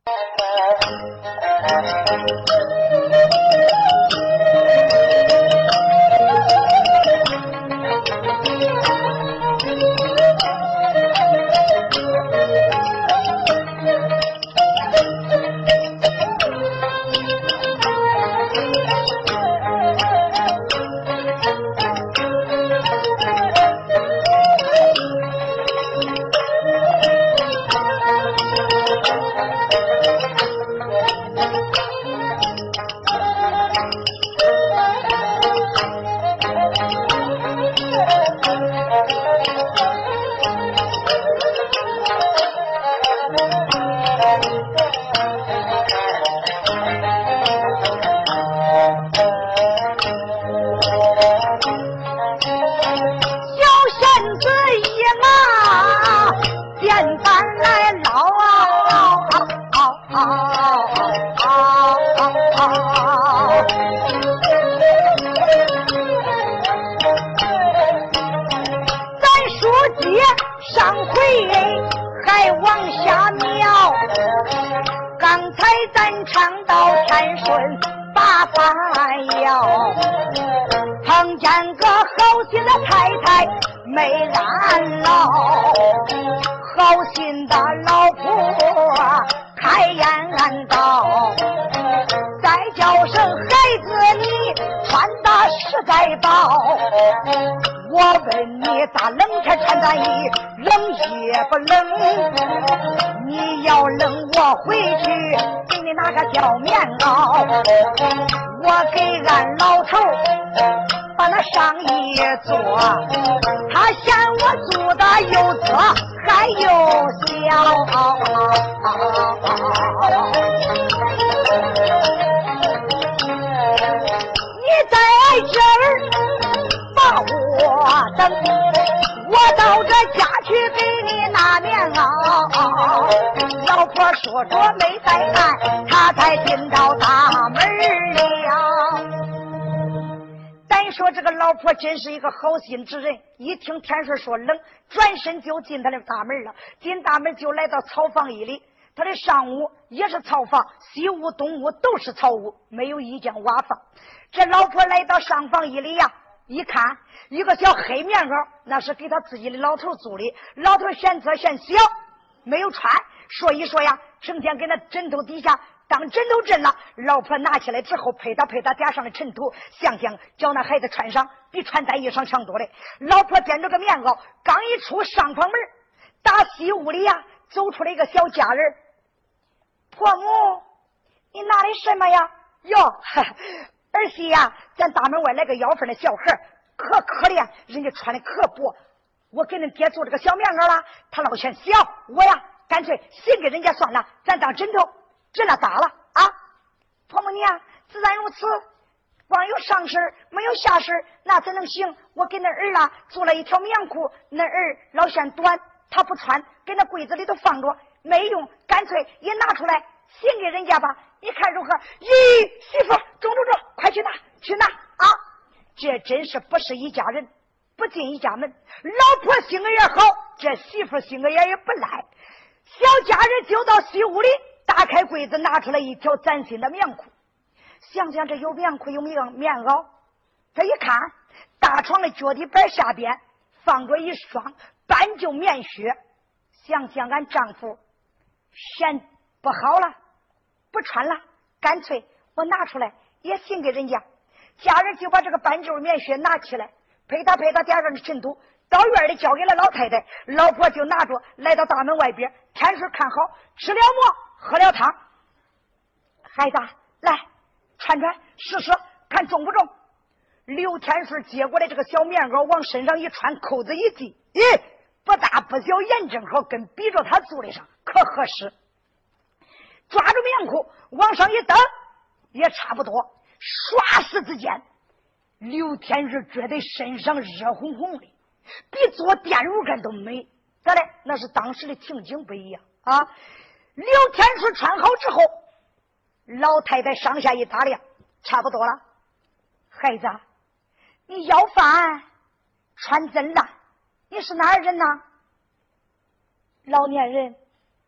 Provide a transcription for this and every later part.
说着没再看，他才进到大门了。单说这个老婆真是一个好心之人，一听天顺说冷，转身就进他的大门了。进大门就来到草房一里，他的上屋也是草房，西屋东屋都是草屋，没有一间瓦房。这老婆来到上房一里呀，一看一个小黑棉袄，那是给他自己的老头租的，老头嫌侧嫌小，没有穿。说一说呀，成天给那枕头底下当枕头枕了。老婆拿起来之后，配他点上了尘土，想叫那孩子穿上，比穿在衣裳强多了。老婆掂着个棉袄，刚一出上房门，打西屋里呀走出来一个小家人。婆母，你拿的什么呀？哟，儿媳呀，咱大门外来个腰份的小孩，可可怜，人家穿的可薄。我给恁爹做这个小棉袄了，他老嫌小，我呀干脆信给人家算了，咱当枕头枕了打了啊！婆母娘，自然如此，光有上身没有下身，那怎能行？我给那儿啊做了一条棉裤，那儿老嫌短，他不穿，给那柜子里头放着，没用，干脆也拿出来信给人家吧。你看如何？咦，媳妇，中，快去拿啊！这真是不是一家人，不进一家门。老婆性格也好，这媳妇性格也不赖。小家人就到西屋里，打开柜子，拿出来一条崭新的棉裤。想想这有棉裤有棉袄，这一看，大床的脚底板下边放着一双斑旧棉靴。想想俺丈夫嫌不好了，不穿了，干脆我拿出来也信给人家。家人就把这个斑旧棉靴拿起来，配他点上的尘土，到院里交给了老太太。老婆就拿着来到大门外边，天水看好，吃了馍，喝了汤。孩子，来穿试试，看重不重。刘天顺接过来这个小棉袄，往身上一穿，扣子一系，咦，不大不小，眼正好跟比着他做的上，可合适。抓住棉裤往上一蹬，也差不多。唰时之间，刘天顺觉得身上热烘烘的，比做电褥干都美。咋嘞？那是当时的情景不一样啊！刘天顺穿好之后，老太太上下一打量，差不多了。孩子，你要饭穿真了，你是哪儿人呐？老年人，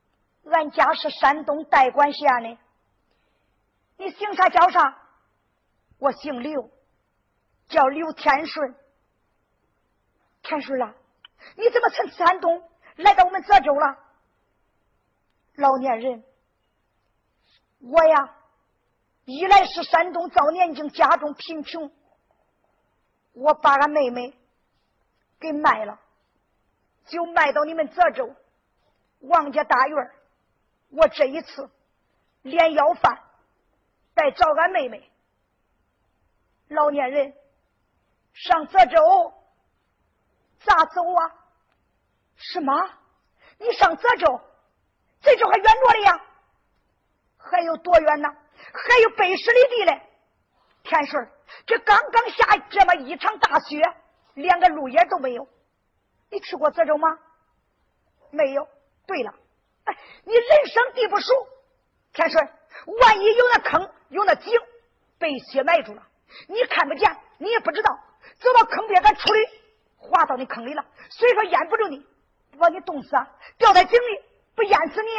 俺家是山东代管县的。你姓啥叫啥？我姓刘，叫刘天顺。天顺啊，你怎么从山东来到我们泽州了？老年人，我呀，一来是山东早年间家中贫穷，我把俺妹妹给卖了，就卖到你们泽州王家大院。我这一次连要饭再找俺妹妹。老年人，上泽州咋走啊？什么？你上泽州？这就还远着了呀？还有多远呢？还有110里地嘞。天顺，这刚刚下这么一场大雪，连个路眼都没有。你去过泽州吗？没有。对了，哎，你人生地不熟，天顺，万一有那坑有那井被雪埋住了，你看不见，你也不知道，走到坑边咱出来，滑到你坑里了，所以说淹不住你，不把你冻死啊，掉在井里不淹死你呀？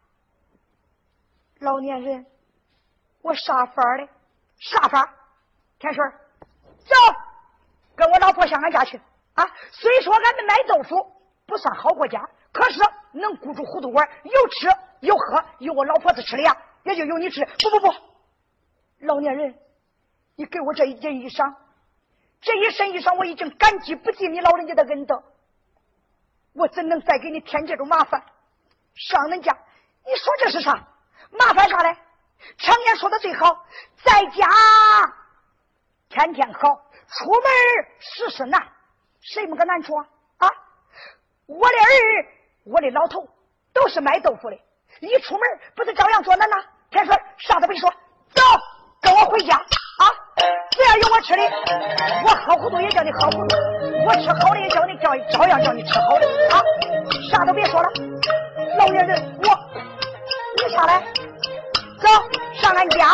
老年人，我啥法儿的？啥法？天顺，走，跟我老婆上俺家去啊！虽说俺们卖豆腐不算好过家，可是能顾住糊涂碗，有吃有喝，有我老婆子吃的呀，也就有你吃。不，老年人，你给我这一件衣裳，这一身衣裳我已经感激不尽你老人家的恩德，我怎能再给你添这种麻烦？上人家，你说这是啥？麻烦啥嘞？常言说的最好，在家天天好，出门事事难。谁没个难处啊？我的儿，我的老头都是卖豆腐的，一出门不是照样做难呐？天顺，啥都别说，走，跟我回家啊！只要有我吃的，我喝糊涂也叫你喝糊涂，我吃好的也叫你照样叫你吃好的啊！啥都别说了，老年人，你下来，走上俺家。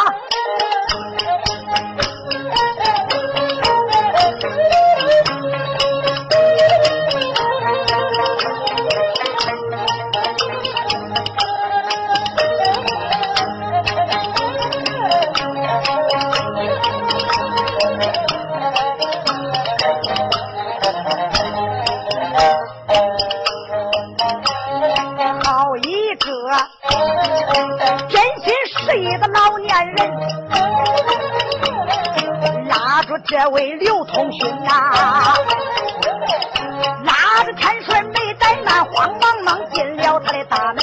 真心实意的老年人拉住这位刘同勋拉着天顺没怠慢，慌忙忙进了他的大门，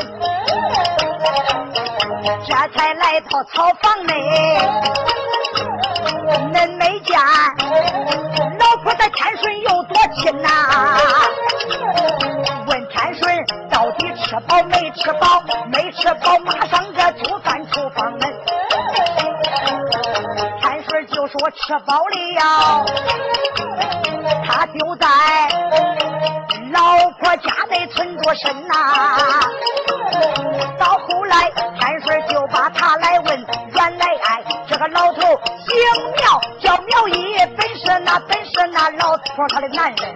这才来到草房内，门没见老婆的天顺有多亲呐？问天顺到底吃饱没吃饱？没吃饱马上这就翻厨房门。天顺就说吃饱了，他就在老婆家内存着身呐。到后来天顺就把他来问，原来这个老头姓苗叫苗一，本是那老婆他的男人。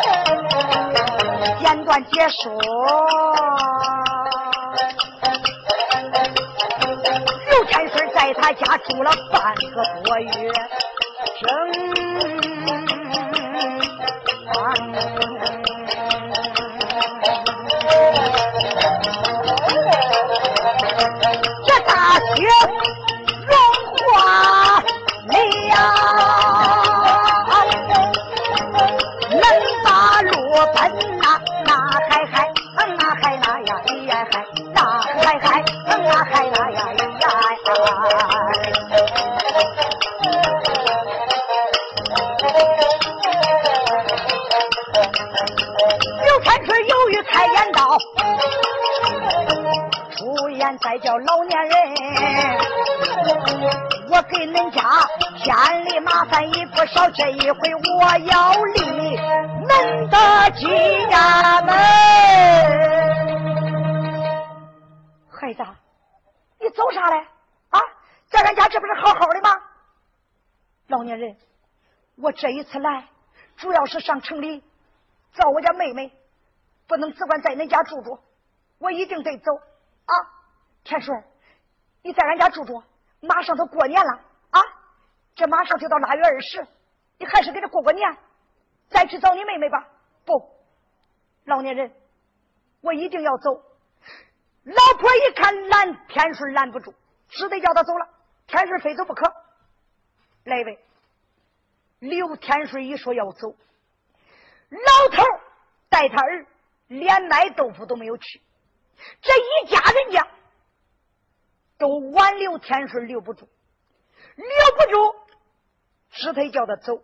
简短结束，刘天顺在他家住了半个多月，这大雪融化了，能把路奔呐，那嗨嗨，那嗨那呀呀嗨，那嗨嗨，那嗨那呀呀嗨。刘天顺由于开言道，出言再叫老年人，我给恁家添里麻烦也不少，这一回我要立恁的家门。孩子，你走啥来啊？在俺家这不是好好的吗？老年人，我这一次来主要是上城里找我家妹妹，不能只管在恁家住，我一定得走啊！ 天顺，你在俺家住住，马上都过年了啊！这马上就到腊月20，你还是给他过过年，再去找你妹妹吧。不，老年人，我一定要走。老婆一看拦天顺拦不住，只得叫他走了。天顺非走不可。来位，刘天顺一说要走，老头带他儿连买豆腐都没有去，这一家人家都挽留天顺留不住，只得叫他走。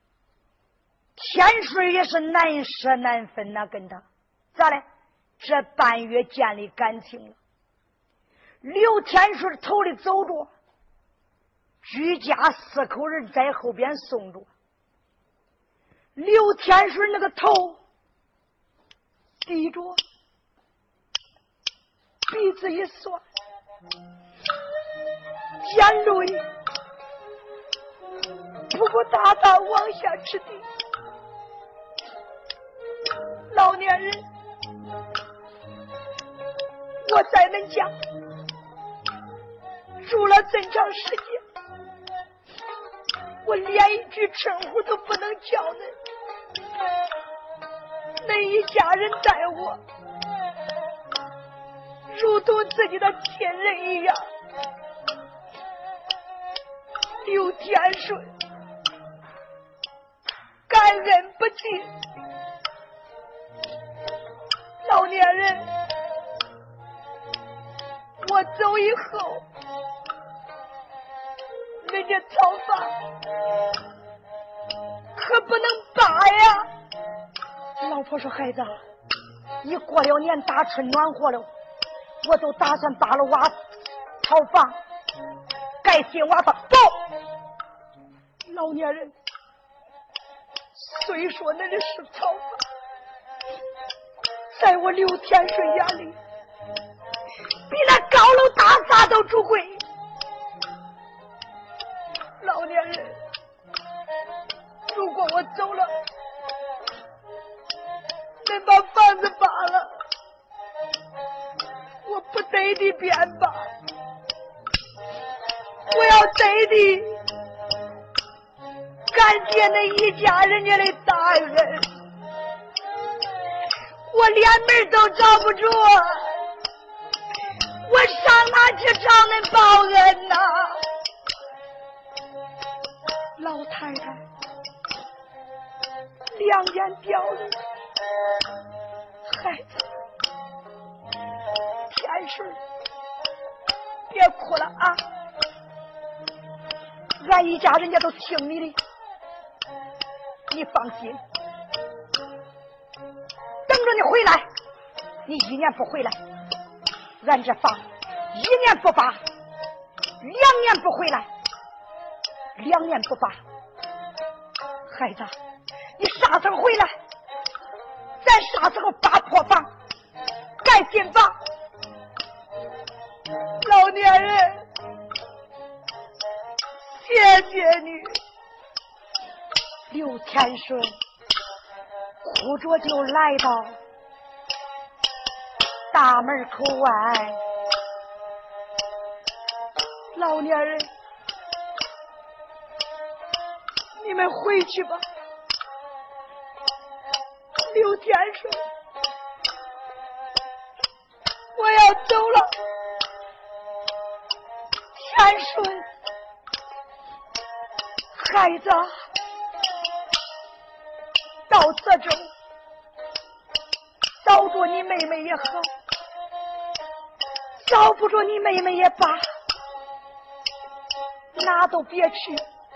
天顺也是难舍难分呐，跟他咋嘞？这半月建立感情了。刘天顺头里走着，居家4口人在后边送着。刘天顺那个头低着，鼻子一酸，眼泪扑扑嗒嗒往下直滴。老年人，我在恁家住了这么长时间，我连一句称呼都不能叫恁，恁一家人待我如同自己的亲人一样。刘天顺感恩不尽。老年人，我走以后，人家草房可不能扒呀。老婆说：“孩子，一过了年，大春暖和了，我都打算扒了瓦草房，盖新瓦房。”不，老年人，虽说那是草房，在我刘天顺眼里，比那高楼大厦都主贵。老年人，如果我走了，恁把房子扒了，我不得的便罢，我要得的感谢那一家人家的大恩，我连门都找不着，我上哪去找恁报恩呐？老太太两眼掉泪，孩子，天顺，别哭了啊！俺一家人家都听你的，你放心，等着你回来。你1年不回来，俺这房1年不扒，2年不回来，2年不扒。孩子，你啥时候回来，咱啥时候扒破房盖新房。老年人，谢谢你。刘天顺哭着就来到大门口外。老年人，你们回去吧。刘天顺，我要走了。天顺，孩子，到这中找着你妹妹也好，找不着你妹妹也罢，哪都别去，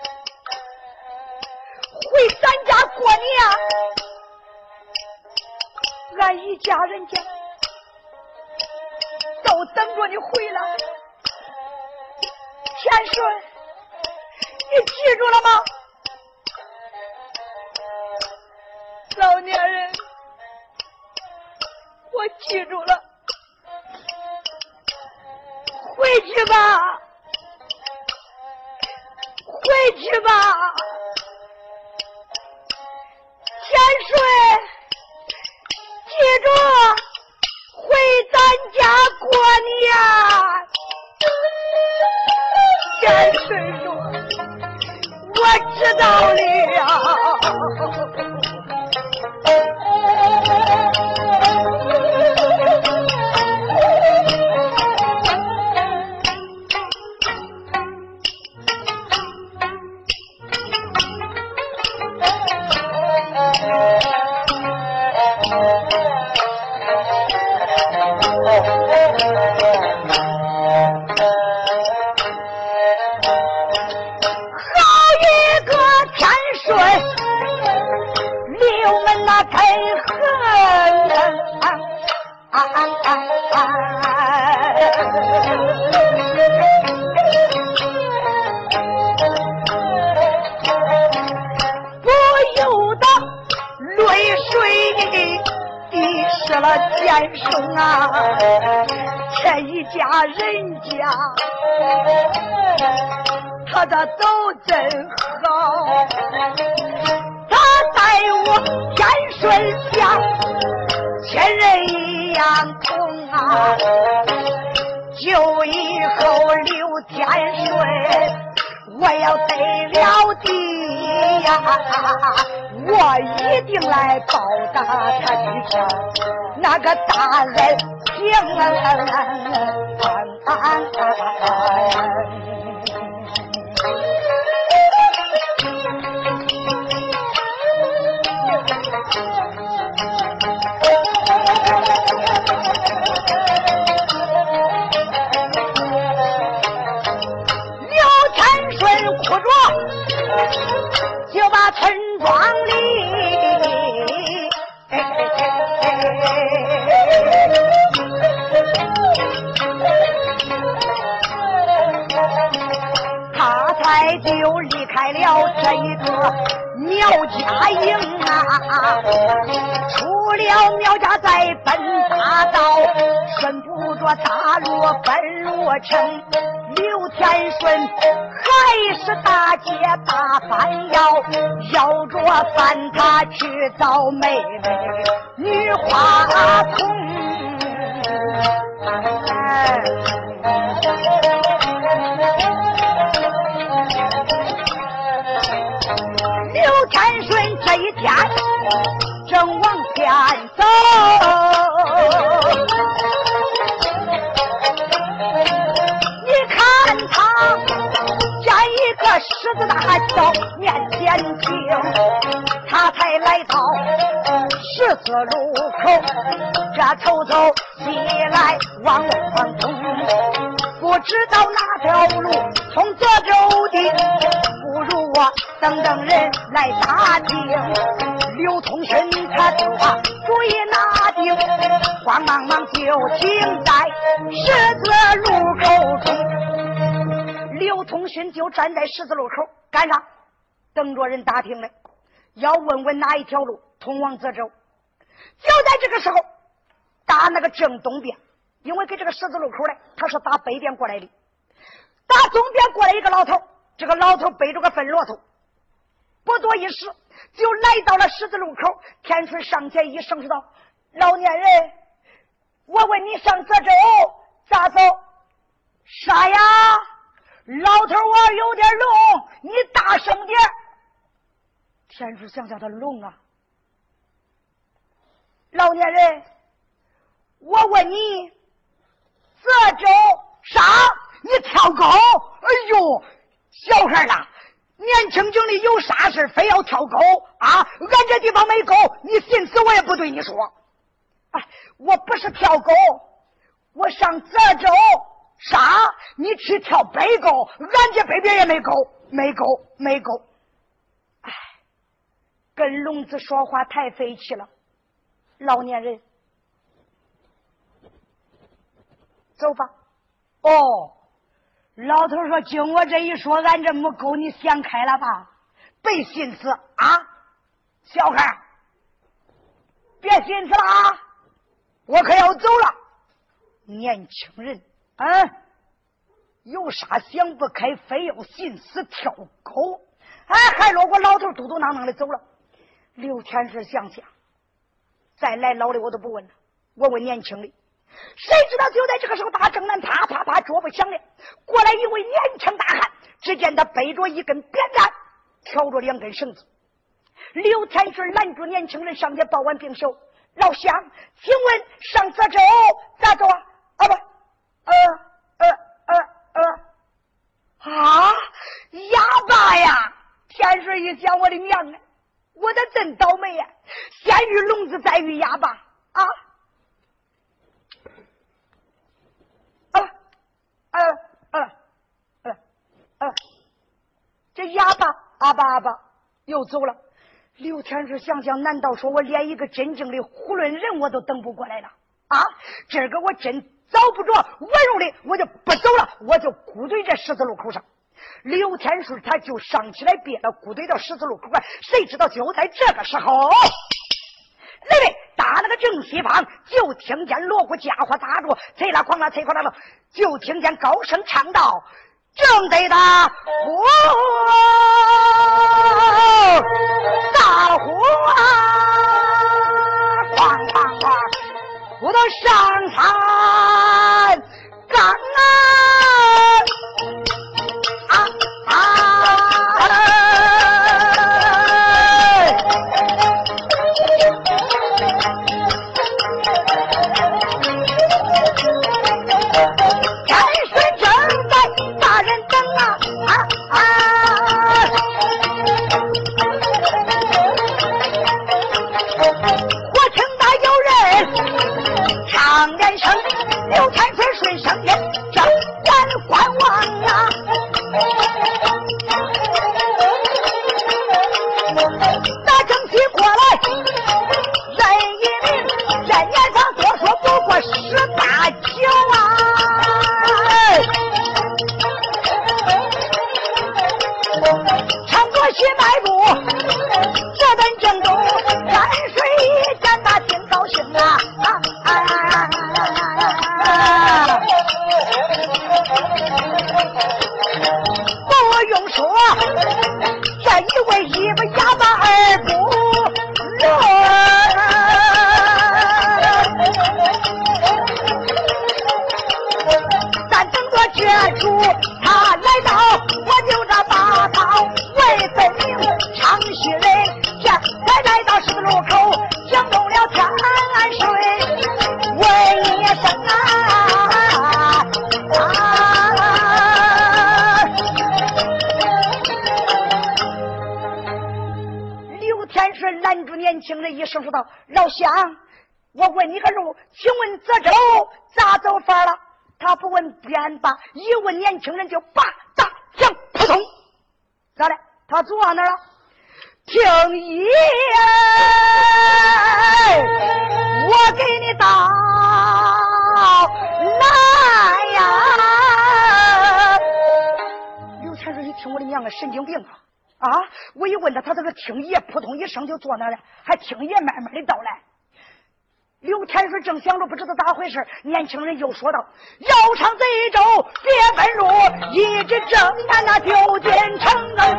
回咱家过年，俺一家人家都等着你回来。天顺，你记住了吗？老年人，我记住了。回去吧，回去吧，天顺，记住回咱家过年。 天顺说，我知道了。先生啊，这一家人家，他的都真好，他待我天顺像亲人一样痛啊！就以后刘天顺，我要得了地呀，我一定来报答他的仇。那个大人平刘天顺哭着就把村庄里就离开了这一个苗家营啊，出了苗家再奔大道，顺不着大路奔罗城。刘天顺还是大街大饭要着饭他去找妹妹女花童。刘天顺这一天正往前走，你看他见一个狮子大叫面前停，他才来到十字路口，这头走西来往东，不知道哪条路从泽州的，不如我等等人来打听。刘通顺他就把主意拿定，慌忙忙就停在十字路口中。刘通顺就站在十字路口干啥？等着人打听呢，要问问哪一条路通往泽州。就在这个时候，打那个正东边，因为给这个十字路口呢，他是打北边过来的，打东边过来一个老头，这个老头背着个粪骆驼，不多一时就来到了十字路口。天顺上前一声说道：“老年人，我问你上泽州咋走？”“啥呀？老头，我有点聋，你大声点。”天顺想想他聋啊。“老年人，我问你泽州啥？你跳高？哎呦，小孩啦，年轻经理有啥事非要跳高啊？俺这地方没高，你信死我也不对你说。哎，我不是跳高，我上泽州。啥？你去跳北沟？俺这北边也没沟，没沟。哎，跟聋子说话太费气了。老年人，走吧。”“哦。”老头说：“经我这一说，俺这没够，你想开了吧？别心思啊，小孩，别心思了啊！我可要走了。年轻人，有啥想不开，非要心思跳沟？还落过老头嘟嘟囔囔的走了。”刘天顺想想，再来老的我都不问了，我问年轻的。谁知道就在这个时候，大正南啪啪啪，桌不响的，过来一位年轻大汉， 只见他背着一根扁担，挑着2根绳子。刘天顺拦住年轻人上前报完兵手：“老乡，请问上这州咋走啊？啊不，哑巴呀！”天顺一想，我的娘啊，我的真倒霉呀！先遇聋子，再遇哑巴啊！这哑巴阿巴又走了。刘天顺想想，难道说我连一个真正的囫囵人我都等不过来了啊？这个我真找不着文荣的，我就不走了，我就孤对这十字路口上。刘天顺他就上起来憋了，孤对到十字路口上。谁知道就在这个时候，那位打那个正西方，就听见锣鼓家伙打着，贼拉哐啦，贼哐啦了，就听见高声唱道：“正得的火，大火啊，哐哐哐，我都上山岗刘天顺顺上天，张眼观望啊！打正气过来，人一名，这年上多说不过18、19啊！穿过西迈步，直奔正东，山水一见那挺高兴啊！不用说，这一位一不哑巴二不聋，咱等着这主他来到，我就这把他为分明唱戏人，这才来到十字路口，讲动了天水，问一声拦住年轻人一声说道：“老乡，我问你个路，请问这州咋走法了？”他不问便罢，一问年轻人就把大枪扑通，咋的？他走到哪儿了？听爷，我给你到来呀！刘天顺一听，我的娘啊，神经病啊！啊！我一问他，他这个听爷扑通一声就坐那儿了，还听爷慢慢的道来。刘天顺正想着不知道咋回事，年轻人又说道：“绕场这一周别分路，一直正南那丢进城啊！”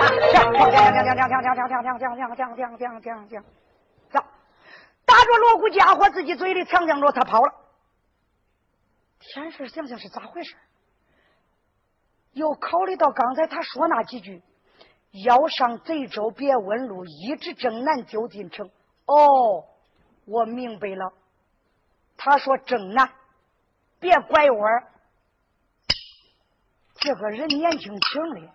走，打着锣鼓家伙，自己嘴里强讲着，他跑了。天顺想想是咋回事，又考虑到刚才他说那几句。要上贼州别问路，一直正南丢进城。哦，我明白了。他说正南，别拐弯。这个人年轻轻的，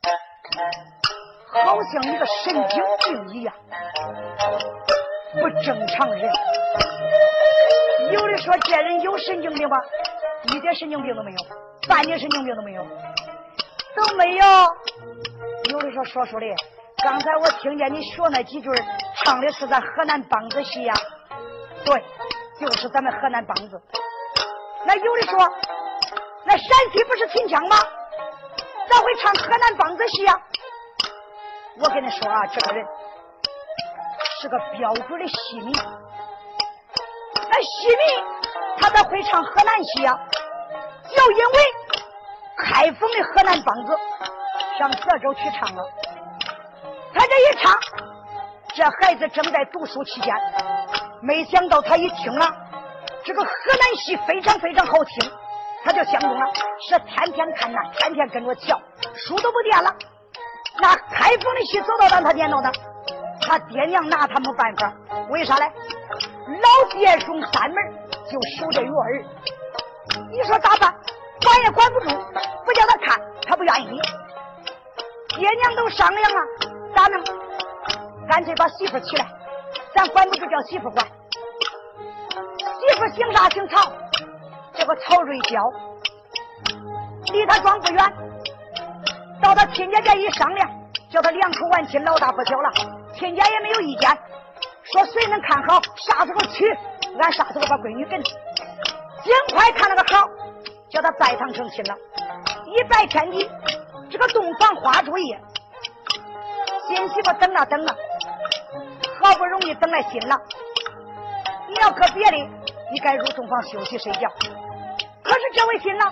好像一个神经病一样，不正常人。有的说这人有神经病吧，一点神经病都没有，半点神经病都没有，都没有。有的说的，刚才我听见你说那几句，唱的是咱河南梆子戏呀。对，就是咱们河南梆子。那有的说，那陕西不是秦腔吗？咋会唱河南梆子戏呀？我跟你说啊，这个人是个标准的戏迷。那戏迷他咋会唱河南戏呀？就因为开封的河南梆子上德州去唱了，他这一唱，这孩子正在读书期间，没想到他一听了这个河南戏非常非常好听，他就相中了，是天天看呐，天天跟着跳，书都不念了。那开封的戏走到让他念叨的，他爹娘拿他没办法，为啥嘞？老爹兄三门就守着月儿，你说咋办？管也管不住，不叫他看，他不愿意。爹娘都商量了，咋弄？干脆把媳妇起来，咱管不住叫媳妇管。媳妇姓啥姓曹，这个曹瑞娇，离他庄不远。到他亲家家一商量，叫他两口完亲，老大不小了。亲家也没有意见，说谁能看好，啥时候娶，俺啥时候把闺女跟。尽快看了个好，叫他拜堂成亲了。一拜天地，这个洞房花烛夜，新媳妇等啊等啊，好不容易等来新郎。你要搁别的，你该入洞房休息睡觉。可是这位新郎，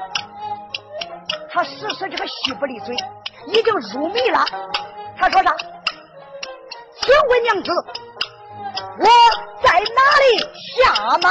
他时时这个戏不离嘴，已经入迷了。他说啥？请问娘子，我在哪里下马？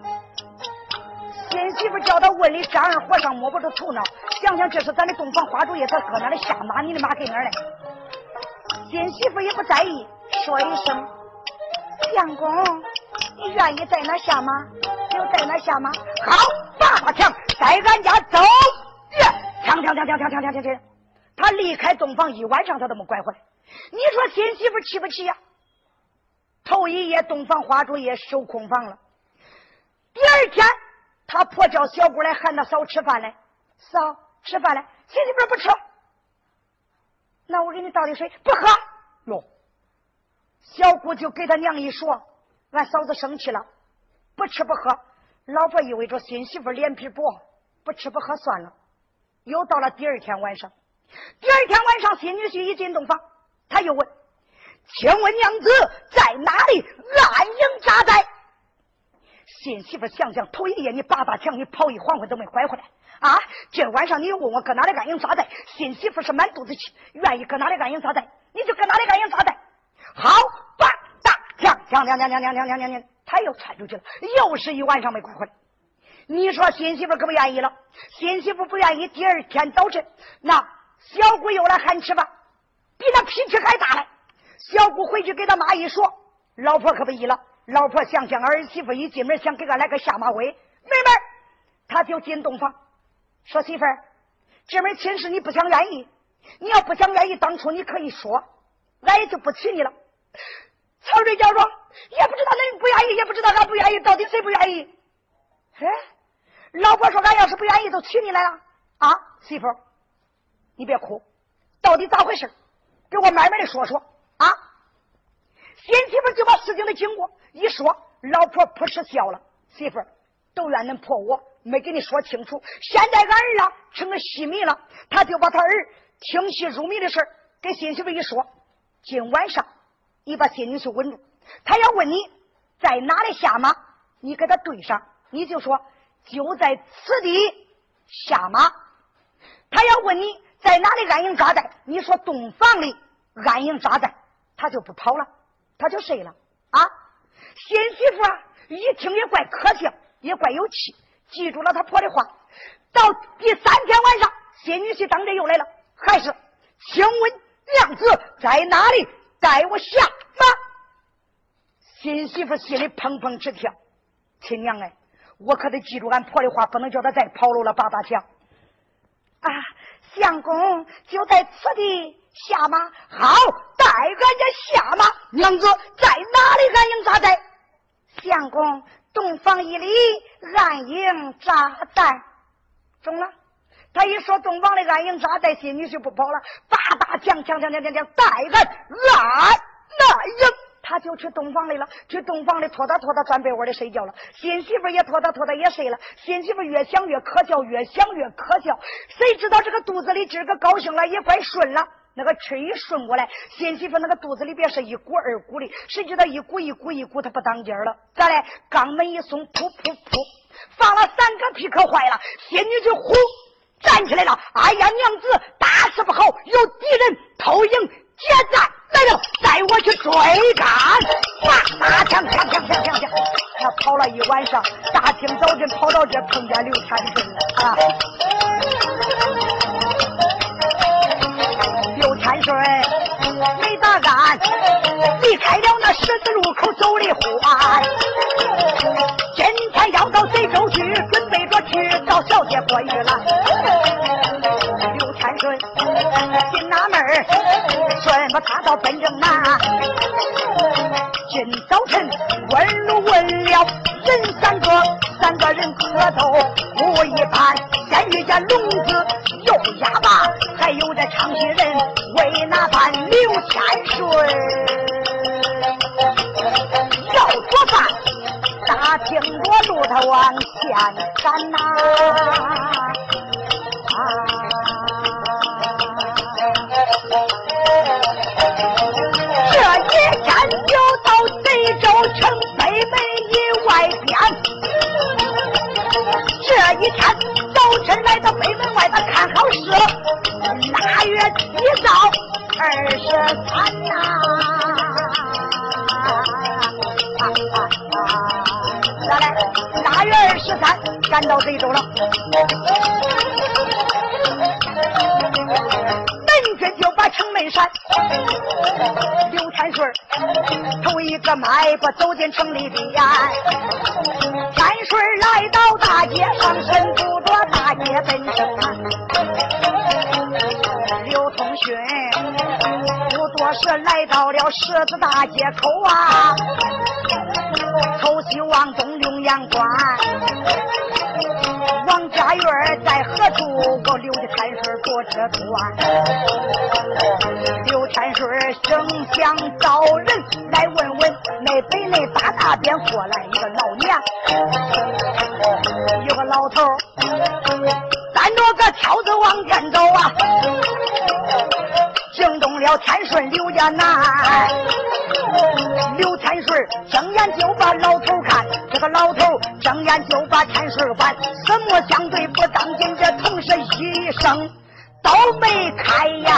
新媳妇叫他问里张二和尚摸不着头脑，想想这是咱的洞房花烛夜，他搁哪里下马？你的马给哪儿来？新媳妇也不在意，说一声：相公，你愿意在哪下马就在哪下马。好，爸强在俺家走。锵！他离开洞房一晚上，他都没拐回来。你说新媳妇气不气呀？头一夜洞房花烛夜收空房了。第二天，他婆叫小姑来喊他嫂吃饭来，嫂吃饭来。新媳妇不吃，那我给你倒点水，不喝哟。小姑就给他娘一说，俺嫂子生气了，不吃不喝。老婆意味着新媳妇脸皮薄，不吃不喝算了。又到了第二天晚上，新女婿一进洞房，他又问：请问娘子在哪里安营扎寨？新媳妇想想，头一夜你拔枪，你跑一黄昏都没拐回来啊！这晚上你又问我搁哪里安营扎寨？新媳妇是满肚子气，愿意搁哪里安营扎寨，你就搁哪里安营扎寨。好，拔枪，他又窜出去了，又是一晚上没拐回来。你说新媳妇可不愿意了，新媳妇不愿意。第二天早晨，那小姑又来喊吃饭，比那脾气还大来。小姑回去给他妈一说，老婆可不依了。老婆想想儿媳妇一进门想给俺来个下马威，妹妹他就进洞房说：媳妇儿，这门亲事你不想愿意，你要不想愿意，当初你可以说，俺也就不娶你了。曹瑞娇说：也不知道恁不愿意，也不知道俺不愿意，到底谁不愿意？哎，老婆说：俺要是不愿意，就娶你来了啊！媳妇，你别哭，到底咋回事？给我慢慢的说说啊！新媳妇就把事情的经过一说，老婆扑哧笑了。媳妇，都怨恁婆我没给你说清楚。现在俺儿啊成了戏迷了，他就把他儿听戏入迷的事给新媳妇一说。今晚上你把新女婿稳住，他要问你在哪里下马，你给他对上，你就说就在此地下马。他要问你在哪里安营扎寨，你说洞房里安营扎寨，他就不跑了，他就睡了啊。新媳妇啊一听也怪可笑，也怪有气，记住了他婆的话。到第三天晚上，新女婿当着又来了，还是请问娘子在哪里，带我下马。新媳妇心里砰砰直跳，亲娘哎，我可得记住俺婆的话，不能叫他再跑路了。爸强啊，相公就在此地下马。好，带俺家下马。娘子在哪里安营扎寨？相公洞房一里安营扎寨。中了，他一说洞房里安营扎寨，新女婿不跑了，大讲带俺来营。他就去洞房里了，去洞房里拖他钻被窝里睡觉了。新媳妇也拖他也睡了。新媳妇越想越可笑，越想越可笑。谁知道这个肚子里今个高兴了，也快顺了。那个吃一顺过来，新媳妇那个肚子里边是一股二股的，谁知道一股他不当劲了。再来肛门一松，噗，放了3个屁，可坏了。新女就呼站起来了。哎呀，娘子，大事不好，有敌人偷营劫寨来了，带我去追赶！大枪！ 他跑了一晚上，大清早晨跑到这碰见刘天顺了啊！刘天顺没打干，离开了那十字路口走得欢。今天要到随州去，准备着去找小姐过日了。刘天顺心纳闷儿，顺着他到本正南。今早晨问路问了人三个人可都不一般，先遇见聋子又哑巴，还有这唱戏人为哪般刘天顺要做饭，打听着路他往前赶呐这一天就到贼州城北门以外边，这一天早晨来到北门外边，看好是腊月7到23呐。再来，腊月23赶到贼州了，门军就把城门闪。刘天顺头一个迈步走进城里边，天顺来到大街上，身扶着大街奔正南。刘通勋不多时来到了十字大街口啊，头西往东龙阳关，王家院在何处？我刘的天顺多这端。刘天顺正想找人来问问，那北那大边过来一个老娘，有个老头担着个挑子往前走啊，惊动了天顺刘家南。刘天顺睁眼就把老头看，这个老头睁眼就把天顺翻，什么相对不当今，这同时一声都没开呀！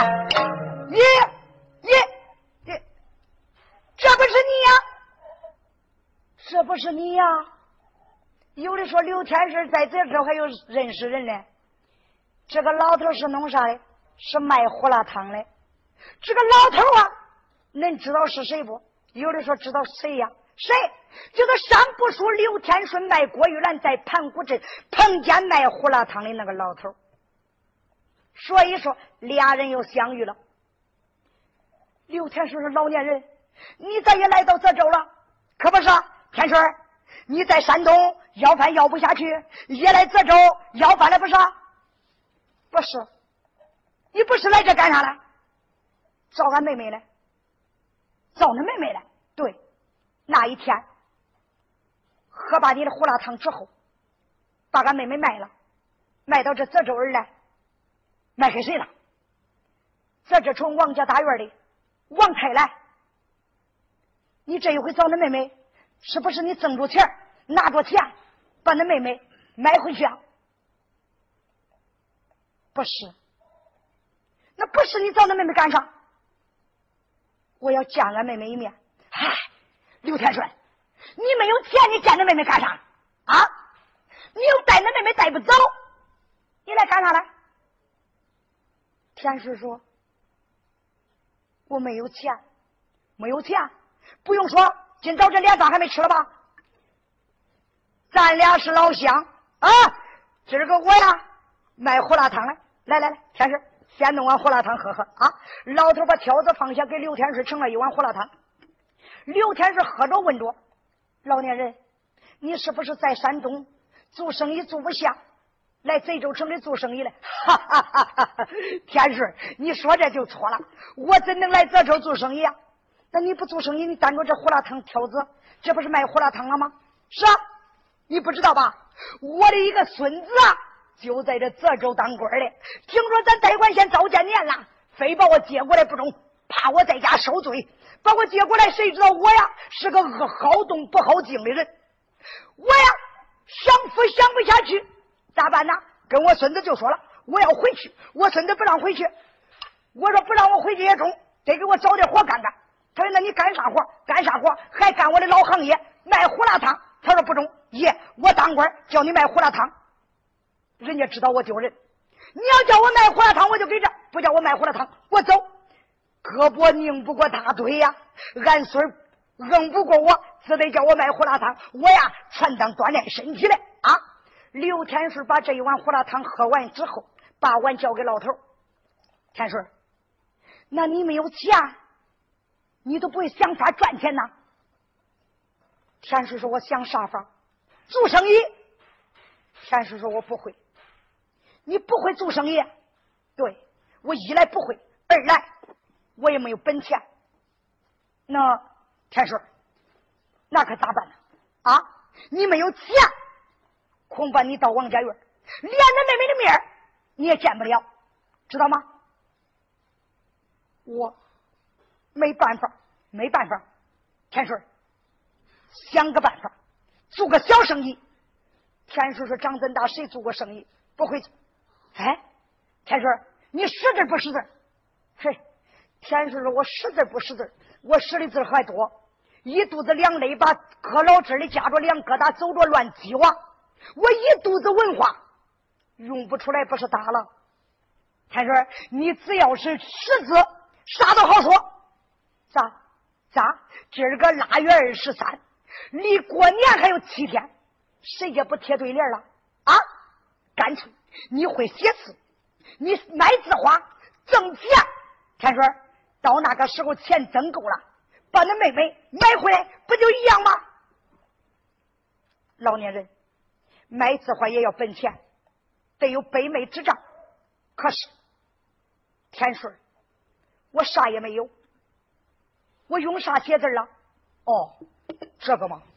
这不是你呀？这不是你呀？有的说刘天顺在这时候还有认识人呢。这个老头是弄啥的？是卖胡辣汤的。这个老头啊，恁知道是谁不？有的说知道谁呀？谁？这个上不说刘天顺卖郭玉兰在盘古镇碰见卖胡辣汤的那个老头。所以说俩人又相遇了。刘天顺是老年人，你咋也来到这州了？可不是啊，天顺，你在山东要饭要不下去，也来这州要饭了不是？不是，你不是来这干啥了？找俺妹妹来。找恁妹妹来。对，那一天喝把你的胡辣汤之后，把俺妹妹卖了，卖到这泽州而来。卖给谁了？在这从王家大院里王太来。你这一回找恁妹妹，是不是你挣着钱拿着钱把恁妹妹买回去啊？不是，那不是你找恁妹妹干啥？我要见俺妹妹一面。嗨，刘天顺，你没有钱，你见恁妹妹干啥啊？你又带恁妹妹带不走，你来干啥来？天顺说：我没有钱。没有钱不用说，今早这连饭还没吃了吧？咱俩是老乡啊！今儿个我呀卖胡辣汤来，来，天顺，先弄碗胡辣汤喝喝啊！老头把挑子放下，给刘天顺盛了一碗胡辣汤。刘天顺喝着问着：老年人，你是不是在山东做生意做不下，来贼州城里做生意来？哈哈哈哈！天顺，你说这就错了，我怎能来这州做生意啊？那你不做生意，你担着这胡辣汤挑子，这不是卖胡辣汤了吗？是啊，你不知道吧？我的一个孙子啊，就在这泽州当官的，听说咱代管县早见年了，非把我接过来不中，怕我在家受罪，把我接过来，谁知道我呀是个好动不好静的人，我呀想扶想不下去，咋办呢？跟我孙子就说了，我要回去，我孙子不让回去，我说不让我回去也中，得给我找点活干干。他说那你干啥活？干啥活？还干我的老行业，卖胡辣汤。他他说不中，爷，我当官叫你卖胡辣汤，人家知道我丢人。你要叫我卖胡辣汤，我就给这；不叫我卖胡辣汤，我走。胳膊拧不过大腿呀，俺孙硬不过我，只得叫我卖胡辣汤。我呀，全当锻炼身体来啊！刘天顺把这一碗胡辣汤喝完之后，把碗交给老头。天顺，那你没有钱，你都不会想法赚钱呐？天顺说：“我想啥法？做生意。”天顺说：“我不会。”你不会做生意？对，我一来不会，二来我也没有本钱。那天顺，那可咋办呢？啊，你没有钱，恐怕你到王家园连着妹妹的面你也见不了，知道吗？我没办法，没办法。天顺，想个办法，做个小生意。天顺说：“长真大，谁做过生意？不会做。”哎，天顺，你识字不识字？嘿，天顺说：“我识字不识字，我识的字还多。一肚子两肋巴，搁老这里夹着两疙瘩，走着乱鸡娃。我一肚子文化，用不出来不是打了。天顺，你只要是识字，啥都好说。咋？今儿个腊月23，离过年还有7天，谁也不贴对联了啊？干脆你会写字，你买字画挣钱。天顺，到那个时候钱挣够了，把那妹妹买回来，不就一样吗？老年人买字画也要本钱，得有北妹之账。可是天顺，我啥也没有，我用啥写字了？哦，这个吗？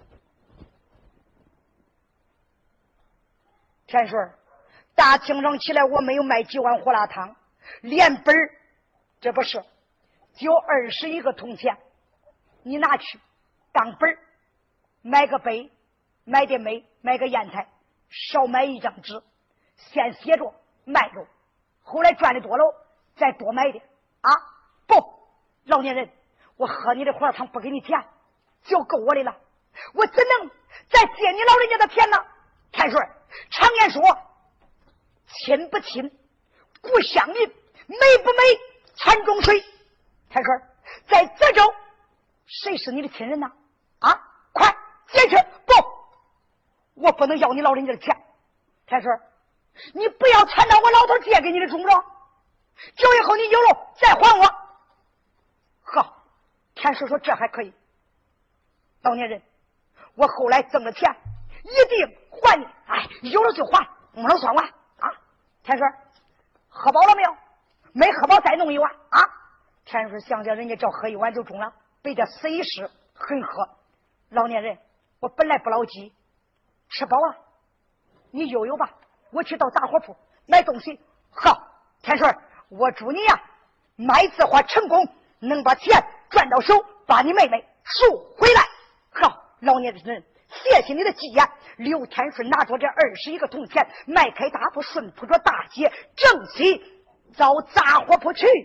天顺，大清早起来我没有卖几碗胡辣汤，连本儿这不是就21个铜钱，你拿去当本儿，买个杯，买点煤，买个砚台，少买一张纸，先写着卖着，后来赚的多了再多买点啊！不，老年人，我喝你的胡辣汤不给你钱，就够我的了，我怎能再借你老人家的钱呢？天顺，常言说，亲不亲，故乡民；美不美，山中水。天顺，在泽州，谁是你的亲人呢？啊，快解决！不，我不能要你老人家的钱。天顺，你不要缠到我老头借给你的中了，久以后你有了再还我。好，天顺说这还可以。老年人，我后来挣了钱，一定还你。哎，有了就还，没了算完啊！天顺，喝饱了没有？没喝饱再弄一碗啊！天顺想想人家叫喝一碗就中了，被这死一时很喝。老年人，我本来不老饥，吃饱啊，你悠悠吧，我去到杂货铺买东西。好，天顺，我祝你呀，卖字画成功，能把钱赚到手，把你妹妹赎回来。好，老年人，谢谢你的吉言。刘天顺拿着这21个铜钱，迈开大步，顺铺着大街，正西找杂货铺去。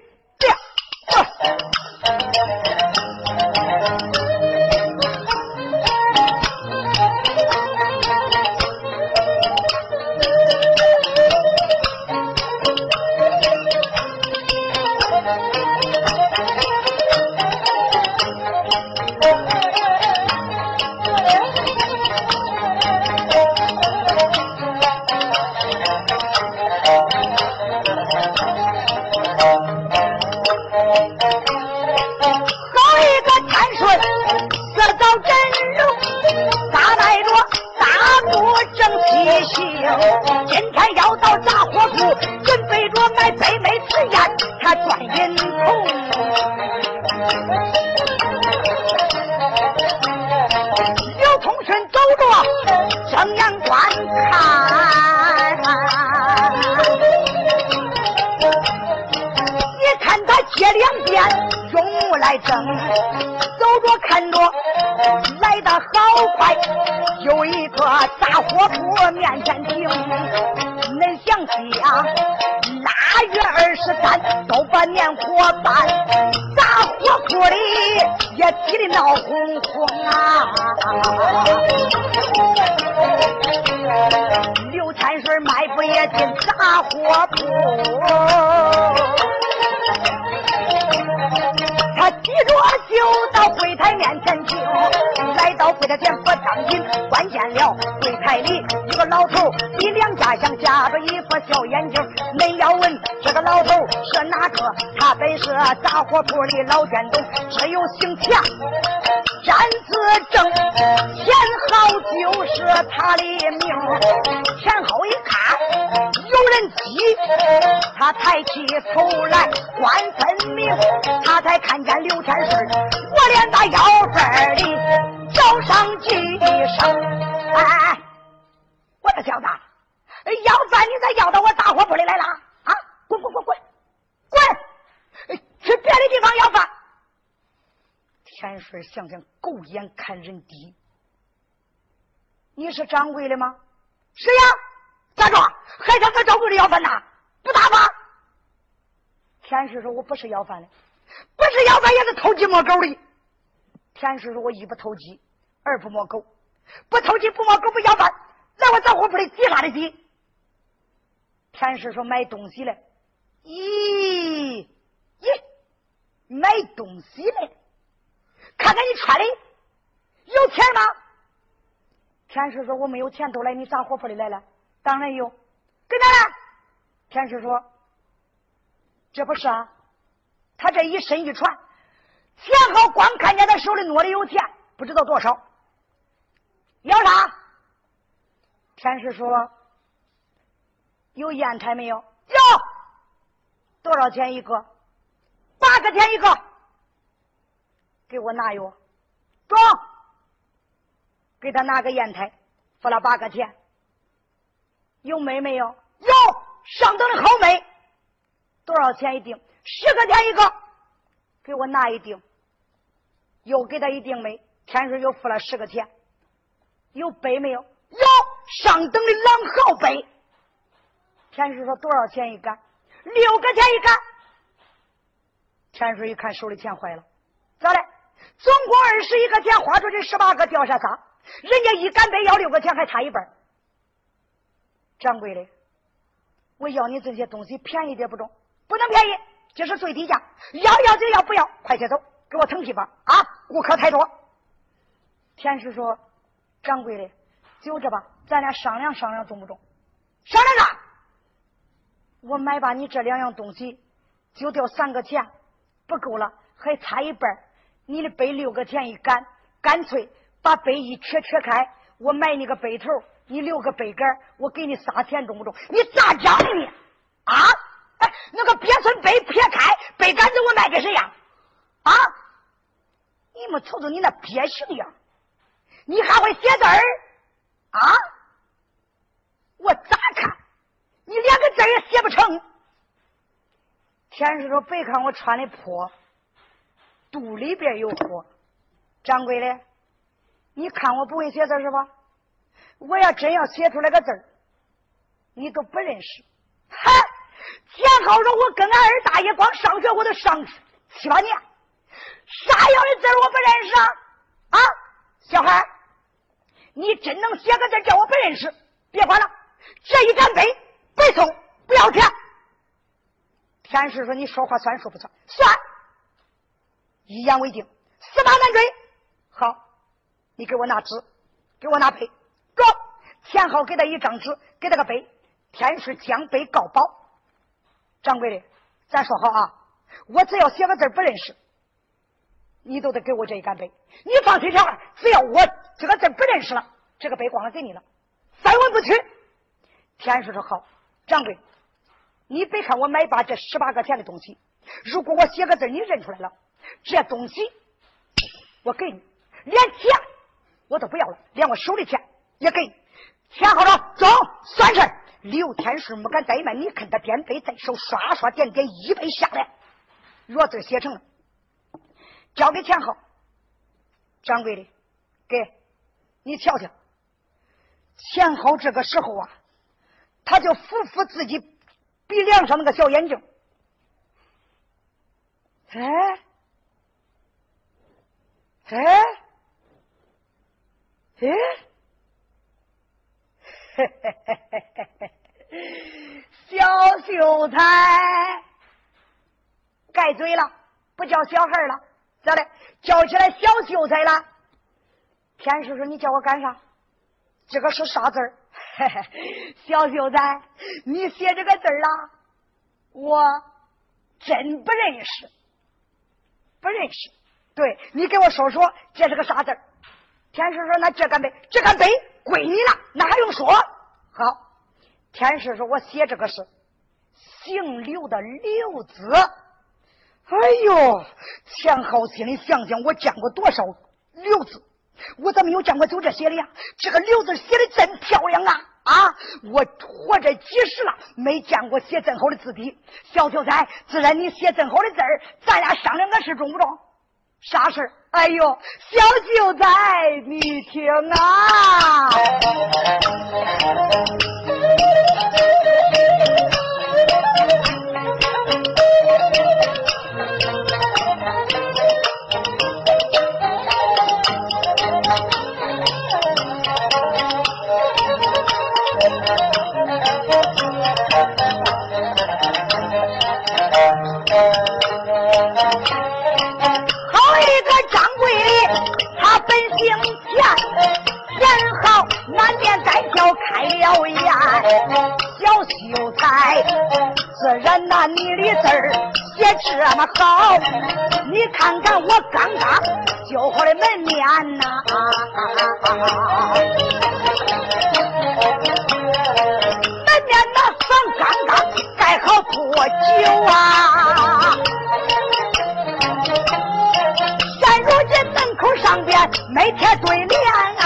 今天要到杂货铺，准备着买北美瓷砚，他赚银铜。刘通顺走着正阳关看，你看他接两边用木来争，走着看着来得好快，有一个杂货铺面前停。恁想想腊月23都把年货办，杂货火铺里也急得闹哄哄啊！刘天水迈步也进杂货铺，他急着就到柜台面前去，来到柜台前不当紧，关键了柜台里一个老头比两家乡夹着一副小眼镜，恁要问这个老头是哪个，他本是杂货铺里老卷东，只有姓钱詹子正，钱豪就是他的名。钱豪一看有人挤，他抬起头来观分明，他才看见刘天顺，我连把腰份里找上几声。哎，我的小子，要饭你再要到我大货铺里来了啊！滚滚滚滚滚，去别的地方要饭。天顺想想狗眼看人低，你是掌柜的吗？是呀，咋着还想在掌柜的要饭呢？不打发。天顺说我不是要饭的，不是要饭也是偷鸡摸狗的。天顺说我一不偷鸡，二不摸狗，不偷鸡不摸狗不要饭，来我杂货铺里挤啥的挤？天顺说买东西来。咦，买东西来，看看你穿的有钱吗？天顺说我没有钱，都来你杂货铺里来了。当然有，跟他来。天顺说这不是啊，他这一身一传，钱好光看见他手里拿的有钱，不知道多少。要啥？天顺说有烟台没有？有。多少钱一个？8个钱一个。给我拿有。中。给他拿个烟台，付了8个钱。有煤没有？有，上等的好煤。多少钱一锭？10个钱一个。给我拿一锭。又给他一锭煤，天顺又付了10个钱。有杯没有？有，上等的狼毫杯。天顺说多少钱一杆？6个钱一杆。天顺一看手里钱坏了，咋嘞？总共21个钱，花出去18个，掉下仨，人家一杆杯要6个钱，还差一半。掌柜的，我要你这些东西便宜点不中？不能便宜，这是最低价，要就要，不要快些走，给我腾批吧啊！顾客太多。天顺说掌柜的，就这吧，咱俩商量商量中不中？商量啥？我买把你这2样东西就掉3个钱，不够了，还差一半。你的杯6个钱一杆，干脆把杯一缺开，我买你个杯头，你留个杯杆，我给你3钱，中不中？你咋讲你啊？哎，那个鳖孙杯撇开，杯杆子我卖给谁呀？啊？你们瞅瞅你那鳖形样，你还会写字儿啊？我咋看你连个字也写不成。天顺说别看我穿的破，肚里边有火。掌柜的，你看我不会写字是吧？我要真要写出来个字儿，你都不认识。嗨，钱好说我跟俺二大爷光上学我都上7、8年，啥样的字我不认识啊？啊，小孩，你真能写个字叫我不认识，别管了，这一杆杯白送，不要钱。天顺说你说话算数不算？算。一言为定，4马难追。好，你给我拿纸，给我拿杯，走。钱好给他一张纸，给他个杯。天顺将杯告保。掌柜的，咱说好啊，我只要写个字不认识，你都得给我这一杆杯。你放心，小孩，只要我这个字不认识了，这个杯光了给你了，3文不取。天顺说好。掌柜，你别看我买把这18个钱的东西，如果我写个字你认出来了，这东西我给你，连钱我都不要了，连我手里钱也给你。钱好了，走，算事。刘天顺没敢怠慢，你看他点杯在手，刷刷点点一杯下来，骡字写成了，交给钱好。掌柜的，给你瞧瞧。钱好这个时候啊，他就扶自己鼻梁上那个小眼镜。哎， 哎，小秀才盖嘴了，不叫小孩了，咋的？叫起来小秀才了。天师说：“你叫我干啥？这个是啥字儿？”小秀才，你写这个字儿了，我真不认识，不认识。对，你给我说说这是个啥字儿？天师说：“那这杆碑，这杆碑归你了，那还用说？”好，天师说：“我写这个是姓刘的刘字。”哎呦，钱浩心里想想，我见过多少刘字，我怎么没有见过就这写的呀？这个刘字写的真漂亮啊！啊，我活着几十了，没见过写这么好的字体。小秀才，自然你写这么好的字儿，咱俩商量个事，中不中？啥事？哎呦，小秀才，你听啊！开了眼，小秀才，自然那你的字儿写这么好，你看看我刚刚修好的门面呐，门面那房刚刚盖好多久啊？现如今门口上边没贴对联，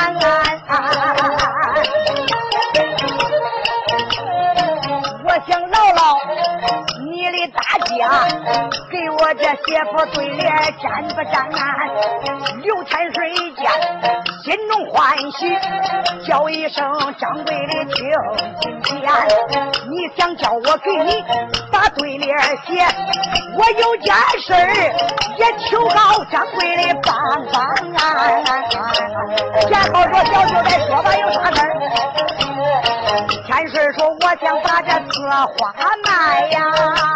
我想姥姥你的大家给我这写副对联沾不沾？刘天水一见心中欢喜，叫一声掌柜的听今天，你想叫我给你把对联写，我有件事也求告掌柜的帮帮前后说小秀才说吧，有啥事儿？天水说我想把这字花卖呀，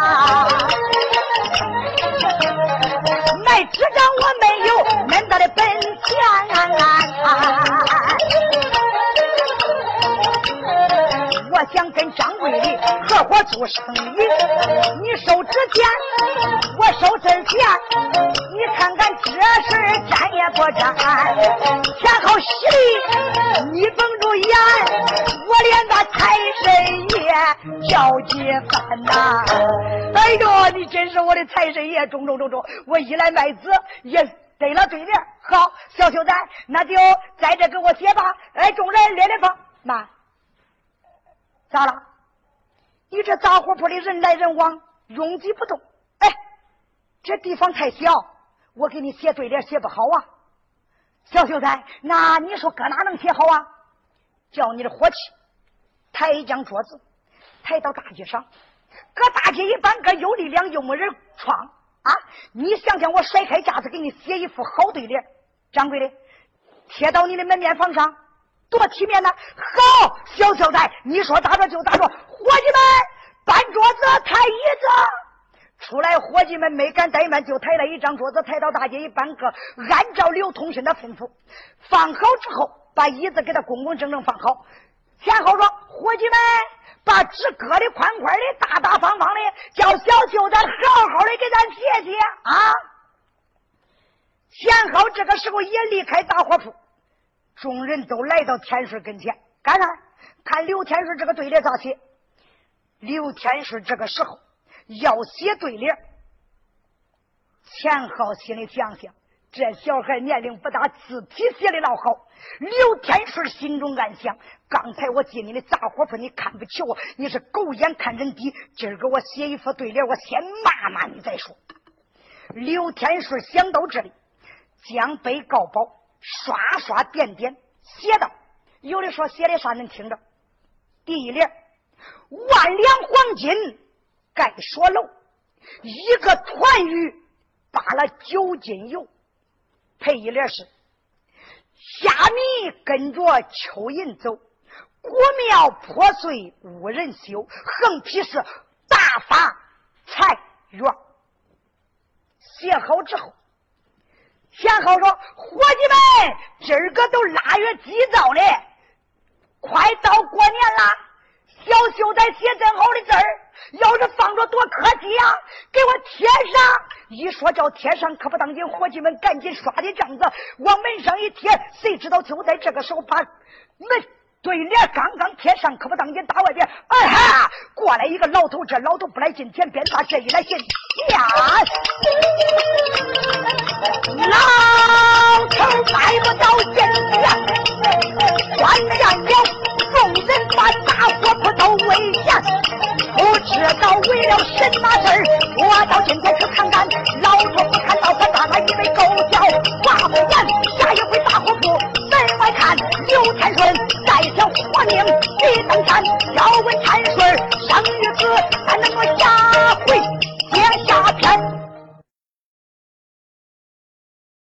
卖纸张我没有恁大的本钱，我想跟掌柜的合伙做生意，你收纸钱，我收字钱，你看看这事沾也不沾？前后喜礼你绷住眼，我连那财神爷叫几番呐！哎呦，你真是我的财神爷，中，我一来卖子也得了对联。好，小秀才，那就在这给我写吧。哎，众人连连放，妈，咋了？你这杂货铺里人来人往，拥挤不动。哎，这地方太小，我给你写对联写不好啊。小秀才，那你说搁哪能写好啊？叫你的伙计抬一张桌子，抬到大街上，搁大街一般，搁有力量又没人闯啊！你想想，我甩开架子给你写一副好对联，掌柜的贴到你的门面房上，多体面呢！好，小秀才，你说打着就打着，伙计们搬桌子抬椅子。出来伙计们没敢怠慢，就抬了一张桌子，抬到大街一搬个，按照刘通讯的吩咐放好之后，把椅子给他工工整整放好。前后说，伙计们把纸搁的宽宽的，大大方方的，叫小秀才好好的给咱写写啊！前后这个时候也离开大货铺，众人都来到天水跟前，干啥？看刘天水这个对联咋写？刘天水这个时候要写对联，钱浩心里想想，这小孩年龄不大，字体写的老好。刘天顺心中暗想，刚才我进你的杂货铺，你看不起我，你是狗眼看人低，今儿个我写一副对联，我先骂骂你再说。刘天顺想到这里，将杯告宝，刷刷点点写道，有的说写的啥能听着。第一联，万两黄金盖锁楼，一个团鱼扒了9斤油。 配一联是虾米跟着蚯蚓走，国庙破碎无人修，横批是大发财源。写好之后，写好说伙计们今儿个都腊月几早了，快到过年了，小秀才写真好的字儿要是放着多可惜呀，给我贴上。一说叫贴上，可不当紧，伙计们赶紧刷的帐子往门上一贴，谁知道就在这个时候把门对联刚刚贴上，可不当紧，打外边哎哈过来一个老头，这老头不来进前边，把这一来进呀，老头迈不到前边，关键了众人把大火扑都危险，不知道为了什么事儿，我到今天去看看，老头不看到他大他以为狗叫，话不完，下一回大火扑门外看，刘天顺再想活命比登山，要问天顺生与死，咱能够下回